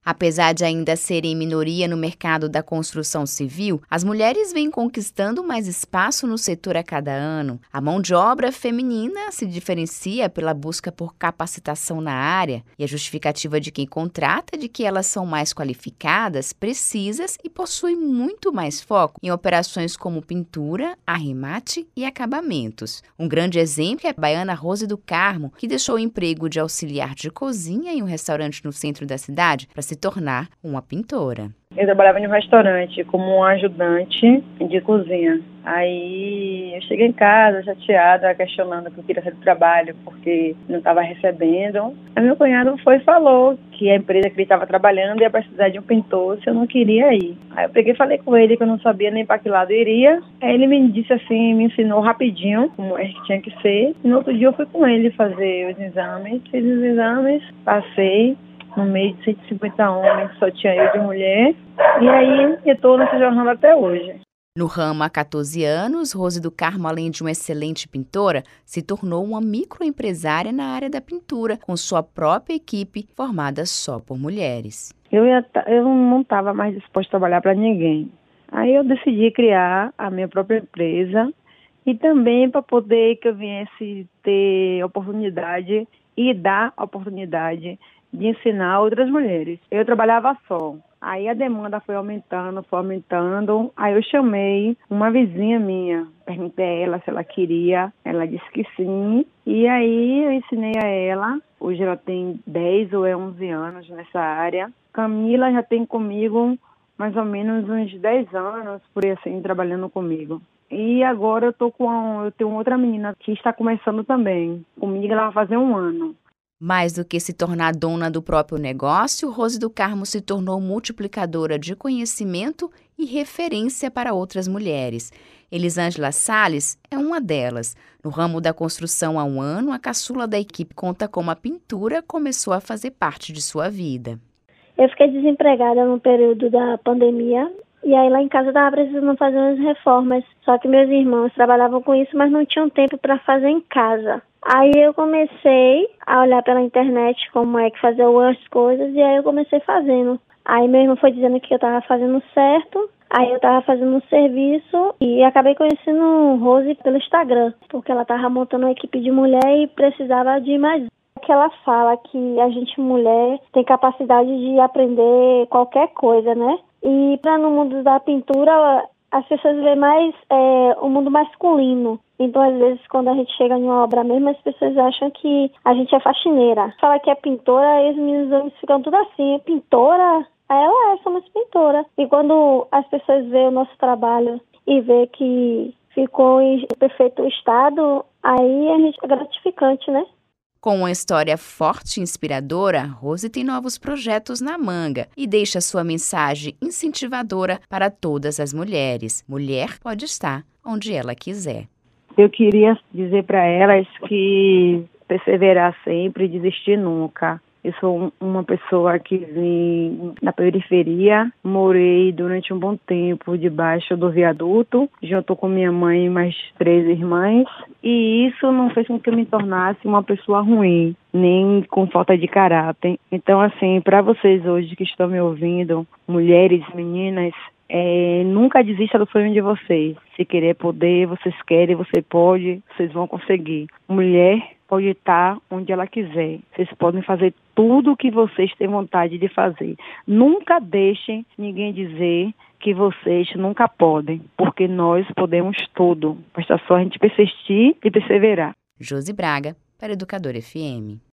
Apesar de ainda serem minoria no mercado da construção civil, as mulheres vêm conquistando mais espaço no setor a cada ano. A mão de obra feminina se diferencia pela busca por capacitação na área e a justificativa de quem contrata é de que elas são mais qualificadas, precisas e possuem muito mais foco em operações como pintura, arremate e acabamentos. Um grande exemplo é a baiana Rose do Carmo, que deixou o emprego de auxiliar de cozinha em um restaurante no centro da cidade para se tornar uma pintora. Eu trabalhava em um restaurante como ajudante de cozinha. Aí eu cheguei em casa chateada, questionando que eu queria sair do trabalho porque não estava recebendo. Aí meu cunhado foi e falou que a empresa que ele estava trabalhando ia precisar de um pintor se eu não queria ir. Aí eu peguei e falei com ele que eu não sabia nem para que lado iria. Aí ele me disse assim, me ensinou rapidinho como é que tinha que ser. E no outro dia eu fui com ele fazer os exames. Fiz os exames, passei. No meio de 150 homens, só tinha eu de mulher. E aí, eu estou nessa jornada até hoje. No ramo há 14 anos, Rose do Carmo, além de uma excelente pintora, se tornou uma microempresária na área da pintura, com sua própria equipe formada só por mulheres. Eu não estava mais disposta a trabalhar para ninguém. Aí eu decidi criar a minha própria empresa e também para poder que eu viesse ter oportunidade e dar oportunidade de ensinar outras mulheres. Eu trabalhava só. Aí a demanda foi aumentando. Aí eu chamei uma vizinha minha, perguntei a ela se ela queria. Ela disse que sim. E aí eu ensinei a ela. Hoje ela tem 10 ou 11 anos nessa área. Camila já tem comigo mais ou menos uns 10 anos, por aí assim, trabalhando comigo. E agora eu tenho outra menina que está começando também. Comigo ela vai fazer 1 ano. Mais do que se tornar dona do próprio negócio, Rose do Carmo se tornou multiplicadora de conhecimento e referência para outras mulheres. Elisângela Salles é uma delas. No ramo da construção há 1 ano, a caçula da equipe conta como a pintura começou a fazer parte de sua vida. Eu fiquei desempregada no período da pandemia. E aí lá em casa eu estava precisando fazer umas reformas. Só que meus irmãos trabalhavam com isso, mas não tinham tempo para fazer em casa. Aí eu comecei a olhar pela internet como é que fazer as coisas e aí eu comecei fazendo. Aí meu irmão foi dizendo que eu estava fazendo certo, aí eu estava fazendo um serviço e acabei conhecendo Rose pelo Instagram, porque ela estava montando uma equipe de mulher e precisava de mais. Que ela fala que a gente mulher tem capacidade de aprender qualquer coisa, né? E para no mundo da pintura as pessoas veem mais o mundo masculino. Então, às vezes, quando a gente chega em uma obra mesmo, as pessoas acham que a gente é faxineira. Fala que é pintora, e os meninos ficam tudo assim, pintora? Aí ela somos pintora. E quando as pessoas veem o nosso trabalho e vê que ficou em perfeito estado, aí a gente é gratificante, né? Com uma história forte e inspiradora, Rose tem novos projetos na manga e deixa sua mensagem incentivadora para todas as mulheres. Mulher pode estar onde ela quiser. Eu queria dizer para elas que perseverar sempre e desistir nunca. Eu sou uma pessoa que vim da periferia, morei durante um bom tempo debaixo do viaduto, junto com minha mãe e mais 3 irmãs, e isso não fez com que eu me tornasse uma pessoa ruim, nem com falta de caráter. Então, assim, para vocês hoje que estão me ouvindo, mulheres, meninas, nunca desista do sonho de vocês. Se querer poder, vocês querem, você pode, vocês vão conseguir. Mulher pode estar onde ela quiser. Vocês podem fazer tudo o que vocês têm vontade de fazer. Nunca deixem ninguém dizer que vocês nunca podem, porque nós podemos tudo. Basta só a gente persistir e perseverar. Josi Braga, para Educadora FM.